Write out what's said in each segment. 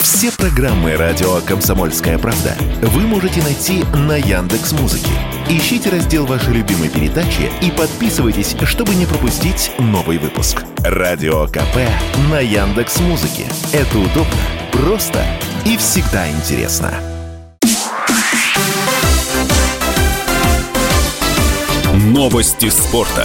Все программы радио «Комсомольская правда» вы можете найти на Яндекс.Музыке. Ищите раздел вашей любимой передачи и подписывайтесь, чтобы не пропустить новый выпуск. Радио КП на Яндекс.Музыке. Это удобно, просто и всегда интересно. Новости спорта.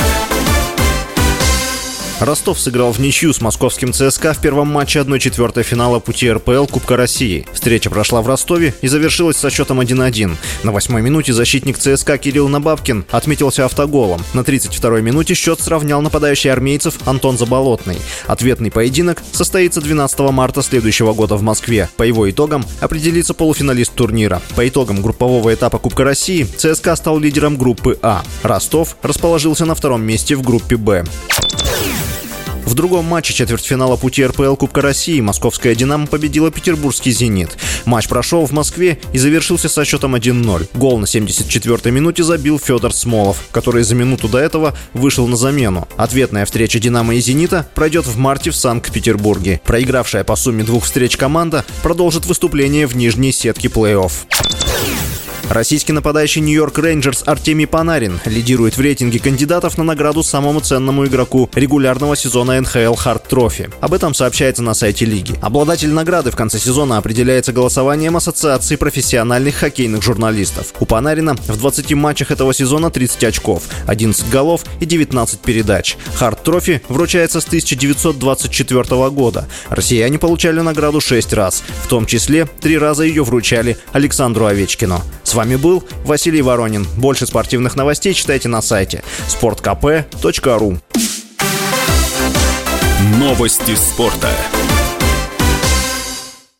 Ростов сыграл в ничью с московским ЦСКА в первом матче 1/4 финала пути РПЛ Кубка России. Встреча прошла в Ростове и завершилась со счетом 1-1. На 8-й минуте защитник ЦСКА Кирилл Набабкин отметился автоголом. На 32-й минуте счет сравнял нападающий армейцев Антон Заболотный. Ответный поединок состоится 12 марта следующего года в Москве. По его итогам определится полуфиналист турнира. По итогам группового этапа Кубка России ЦСКА стал лидером группы А. Ростов расположился на втором месте в группе Б. В другом матче четвертьфинала пути РПЛ Кубка России московская «Динамо» победила петербургский «Зенит». Матч прошел в Москве и завершился со счетом 1-0. Гол на 74-й минуте забил Федор Смолов, который за минуту до этого вышел на замену. Ответная встреча «Динамо» и «Зенита» пройдет в марте в Санкт-Петербурге. Проигравшая по сумме 2 встреч команда продолжит выступление в нижней сетке плей-офф. Российский нападающий Нью-Йорк Рейнджерс Артемий Панарин лидирует в рейтинге кандидатов на награду самому ценному игроку регулярного сезона НХЛ Харт Трофи. Об этом сообщается на сайте лиги. Обладатель награды в конце сезона определяется голосованием Ассоциации профессиональных хоккейных журналистов. У Панарина в 20 матчах этого сезона 30 очков, 11 голов и 19 передач. Харт Трофи вручается с 1924 года. Россияне получали награду 6 раз, в том числе 3 раза ее вручали Александру Овечкину. С вами был Василий Воронин. Больше спортивных новостей читайте на сайте sportkp.ru. Новости спорта.